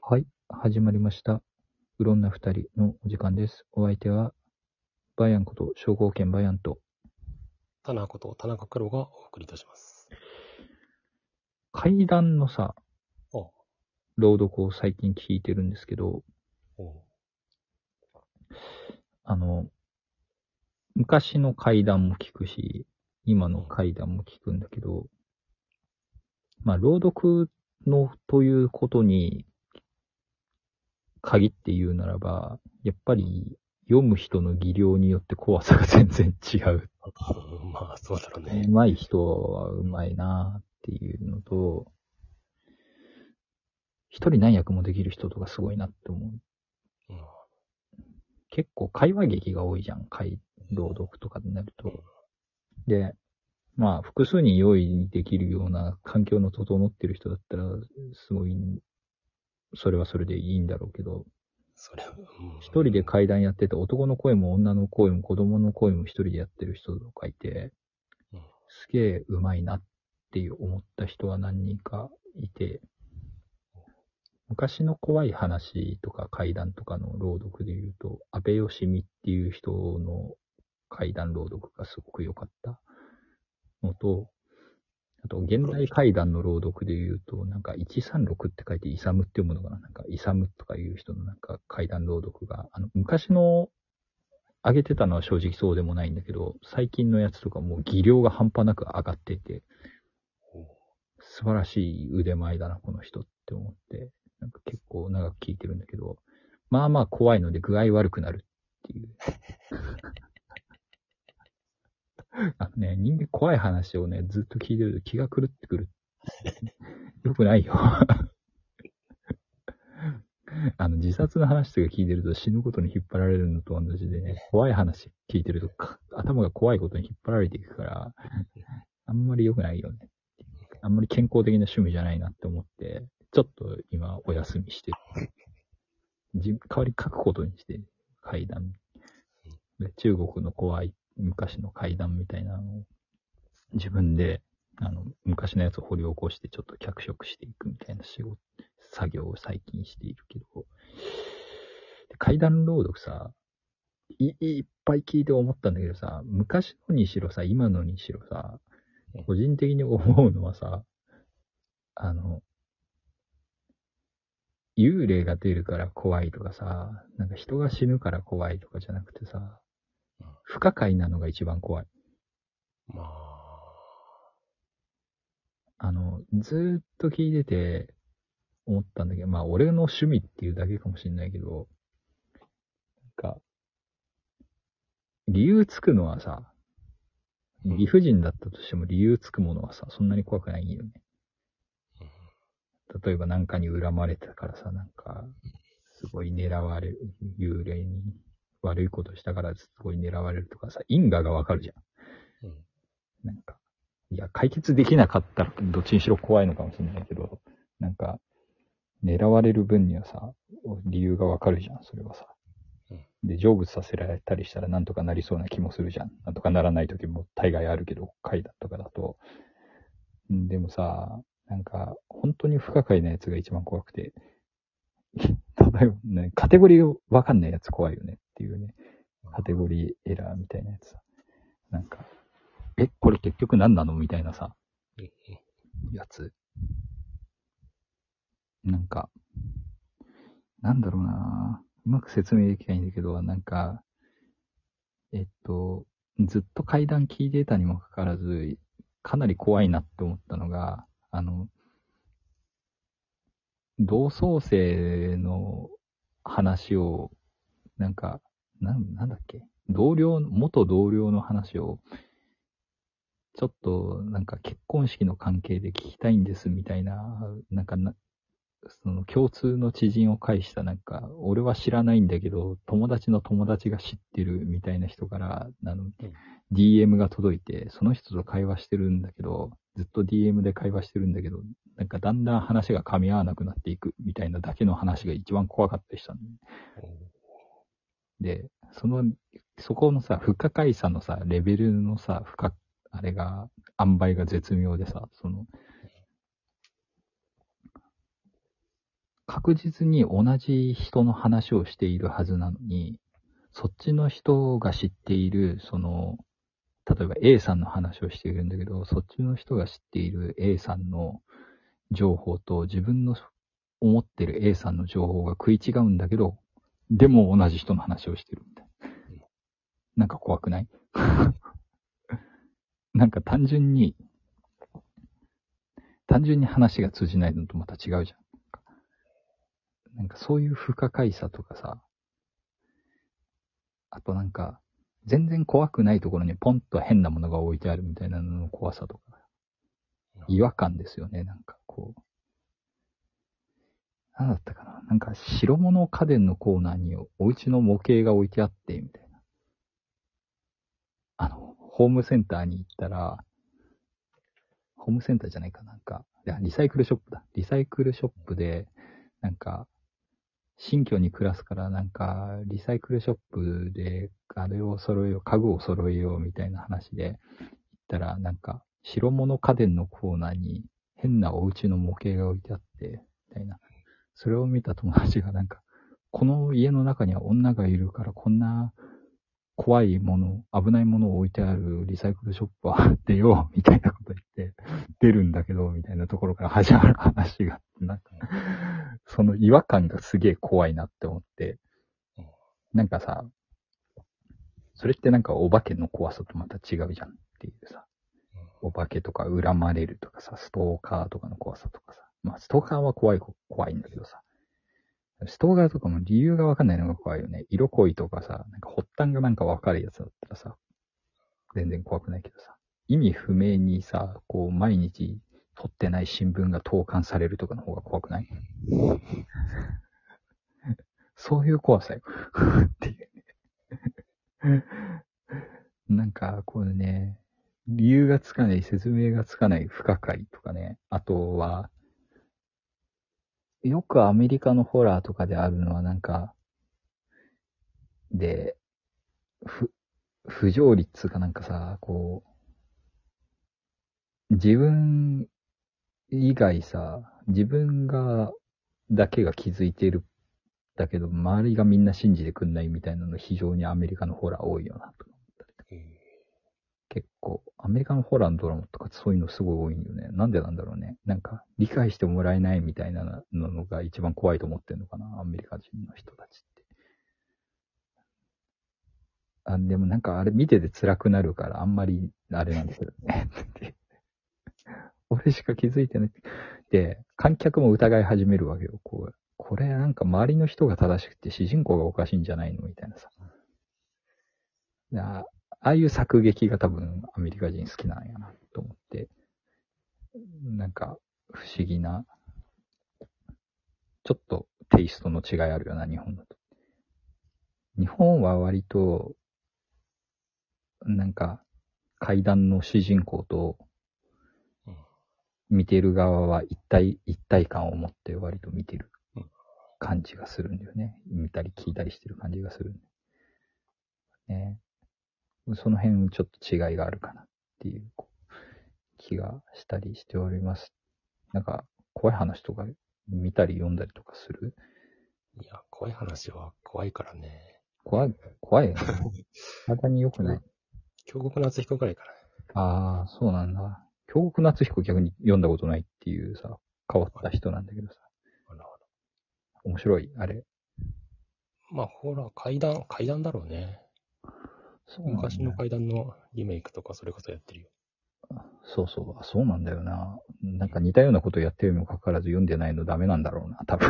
はい、始まりました。うろんな二人のお時間です。お相手は、バヤンこと、称号権バヤンと、 田中こと田中黒がお送りいたします。 怪談のさ、 お朗読を最近聞いてるんですけど、 おあの、昔の怪談も聞くし、今の怪談も聞くんだけど、朗読のということに限って言うならば、やっぱり読む人の技量によって怖さが全然違う。 まあ、そうだろうね。 上手い人は上手いなっていうのと、一人何役もできる人とかすごいなって思う。 うん結構会話劇が多いじゃん、朗読とかになると。で、複数人用意できるような環境の整ってる人だったら、すごい、それはそれでいいんだろうけど、 それは、 一人で階段やってて、男の声も女の声も子供の声も一人でやってる人とかいて、すげえ上手いなっていう思った人は何人かいて、昔の怖い話とか怪談とかの朗読で言うと、安倍義美っていう人の怪談朗読がすごく良かったのと、あと、現代怪談の朗読で言うと、なんか136って書いてイサムって読むのかな、なんかイサムとかいう人のなんか怪談朗読が、昔の上げてたのは正直そうでもないんだけど、最近のやつとかもう技量が半端なく上がっていて、素晴らしい腕前だな、この人って思って、なんか結構長く聞いてるんだけど、まあまあ怖いので具合悪くなるっていう。人間怖い話をね、ずっと聞いてると気が狂ってくる。よくないよ。自殺の話とか聞いてると死ぬことに引っ張られるのと同じでね、怖い話聞いてると頭が怖いことに引っ張られていくから、あんまり良くないよね。あんまり健康的な趣味じゃないなって思って、ちょっと今お休みしてる。代わり書くことにして、怪談。で中国の怖い昔の怪談みたいなのを自分で、昔のやつを掘り起こしてちょっと脚色していくみたいな作業を最近しているけど、怪談朗読さ、いっぱい聞いて思ったんだけどさ、昔のにしろさ、今のにしろさ、個人的に思うのはさ、あの、幽霊が出るから怖いとかさ、なんか人が死ぬから怖いとかじゃなくてさ、不可解なのが一番怖い。 まあ、 ずーっと聞いてて思ったんだけど、俺の趣味っていうだけかもしれないけど、なんか、理由つくのはさ、理不尽だったとしても理由つくものはさ、そんなに怖くないよね。例えばなんかに恨まれたからさ、なんか、すごい狙われる、幽霊に悪いことしたからすごい狙われるとかさ、因果がわかるじゃん。なんか、いや、解決できなかったらどっちにしろ怖いのかもしれないけど、なんか、狙われる分にはさ、理由がわかるじゃん、それはさ。で、成仏させられたりしたらなんとかなりそうな気もするじゃん。なんとかならない時も大概あるけど、階段とかだと。でもさ、なんか、本当に不可解なやつが一番怖くて、例えばね、カテゴリーわかんないやつ怖いよねっていうね。カテゴリーエラーみたいなやつさ。なんか、これ結局何なのみたいなさ、やつ。なんか、なんだろうなうまく説明できないんだけど、なんか、ずっと階段聞いてたにもかかわらず、かなり怖いなって思ったのが、同窓生の話を、なんか、なんだっけ元同僚の話を、ちょっと、なんか結婚式の関係で聞きたいんですみたいな、その共通の知人を介したなんか、俺は知らないんだけど、友達の友達が知ってるみたいな人から、DM が届いて、その人と会話してるんだけど、ずっと DM で会話してるんだけど、なんかだんだん話が噛み合わなくなっていくみたいなだけの話が一番怖かったりしたんで、そこのさ、不可解さのさ、レベルのさ、あれが、塩梅が絶妙でさ、 確実に同じ人の話をしているはずなのに、そっちの人が知っている、例えば A さんの話をしているんだけど、そっちの人が知っている A さんの情報と自分の思ってる A さんの情報が食い違うんだけど、でも同じ人の話をしてるみたいな。なんか怖くない？なんか単純に話が通じないのとまた違うじゃん。なんかそういう不可解さとかさ、あとなんか、全然怖くないところにポンと変なものが置いてあるみたいなのの怖さとか、違和感ですよね、なんかこう。なんだったかな、なんか白物家電のコーナーにお家の模型が置いてあって、みたいな。ホームセンターに行ったら、ホームセンターじゃないかなんか、いや、リサイクルショップだ。リサイクルショップで、なんか、新居に暮らすからなんか、リサイクルショップで、あれを揃えよう、家具を揃えようみたいな話で、行ったら、なんか、白物家電のコーナーに変なお家の模型が置いてあって、みたいな。それを見た友達がなんか、この家の中には女がいるからこんな怖いもの、危ないものを置いてあるリサイクルショップは出よう、みたいなこと言って、出るんだけど、みたいなところから始まる話があって、なんか、その違和感がすげえ怖いなって思って、なんかさ、それってなんかお化けの怖さとまた違うじゃんっていうさ、お化けとか恨まれるとかさ、ストーカーとかの怖さとかさ、まあストーカーは怖いんだけどさ、ストーカーとかも理由がわかんないのが怖いよね。色恋とかさ、なんか発端がなんかわかるやつだったらさ、全然怖くないけどさ、意味不明にさ、こう毎日撮ってない新聞が投函されるとかの方が怖くない？そういう怖さよ。っていうね。なんか、こうね、理由がつかない、説明がつかない不可解とかね。あとは、よくアメリカのホラーとかであるのはなんか、で、不条理っつうかなんかさ、こう、自分以外さ、自分だけが気づいている。だけど、周りがみんな信じてくんないみたいなの非常にアメリカのホラー多いよな、と思ったり。結構、アメリカのホラーのドラマとかそういうのすごい多いよね。なんでなんだろうね。なんか、理解してもらえないみたいなのが一番怖いと思ってんのかな、アメリカ人の人たちって。でもなんかあれ見てて辛くなるから、あんまり、あれなんですけどね。俺しか気づいてない。で、観客も疑い始めるわけよ。これなんか周りの人が正しくて主人公がおかしいんじゃないのみたいなさ。ああいう作劇が多分アメリカ人好きなんやなと思って、なんか不思議な、ちょっとテイストの違いあるよな、日本だと。日本は割と、なんか怪談の主人公と見てる側は一体感を持って割と見てる感じがするんだよね。見たり聞いたりしてる感じがするね。その辺ちょっと違いがあるかなっていう気がしたりしております。なんか怖い話とか見たり読んだりとかする？ いや、怖い話は怖いからね。 怖いよね。体に良くない。 京極夏彦くらいかああ、そうなんだ。京極夏彦逆に読んだことないっていうさ、変わった人なんだけどさ。 な。 面白い、あれ。 まあ、ほら、怪談だろうね。 そうなんだ、 昔の怪談のリメイクとかそれこそやってるよ。 そうそう、そうなんだよな。なんか似たようなことやってるにもかかわらず読んでないのダメなんだろうな、多分。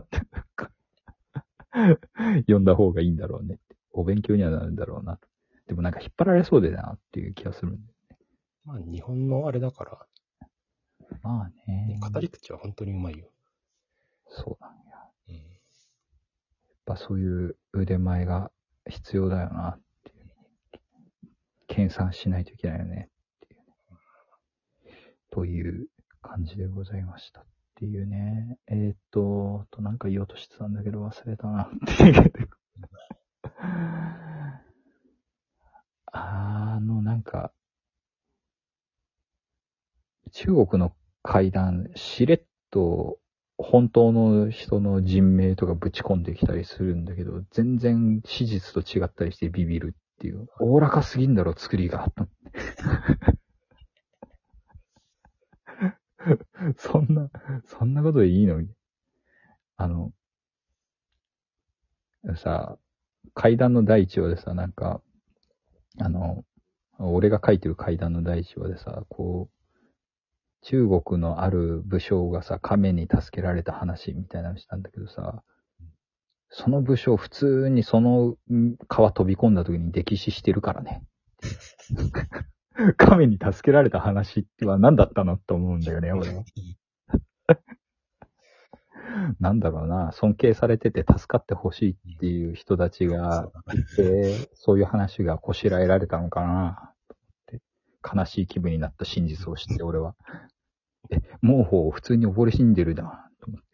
読んだ方がいいんだろうねって。お勉強にはなるんだろうな。でもなんか引っ張られそうでなっていう気がするんだよね。 まあ、日本のあれだから、 まあね。 語り口は本当にうまいよ。 そうなんや。 うん。 やっぱそういう腕前が必要だよなっていう。研鑽しないといけないよねっていう、という感じでございましたっていうね。なんか言おうとしてたんだけど忘れたなっていう。なんか、中国の階段、しれっと本当の人の人名とかぶち込んできたりするんだけど、全然史実と違ったりしてビビるっていう。おおらかすぎんだろ、作りが。そんなことでいいのに。さ、階段の第一話でさ、なんか、俺が書いてる階段の第一話でさ、こう、中国のある武将がさ、亀に助けられた話みたいなのしたんだけどさ、その武将普通にその川飛び込んだ時に溺死してるからね。亀に助けられた話は何だったのって思うんだよね、俺は。なんだろうな、尊敬されてて助かってほしいっていう人たちがいて、そういう話がこしらえられたのかなって悲しい気分になった真実を知って俺は。毛布普通に溺れ死んでるなと思って。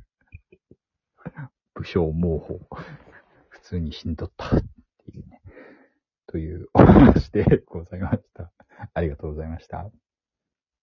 武将毛布普通に死んどったっていうね。というお話でございました。ありがとうございました。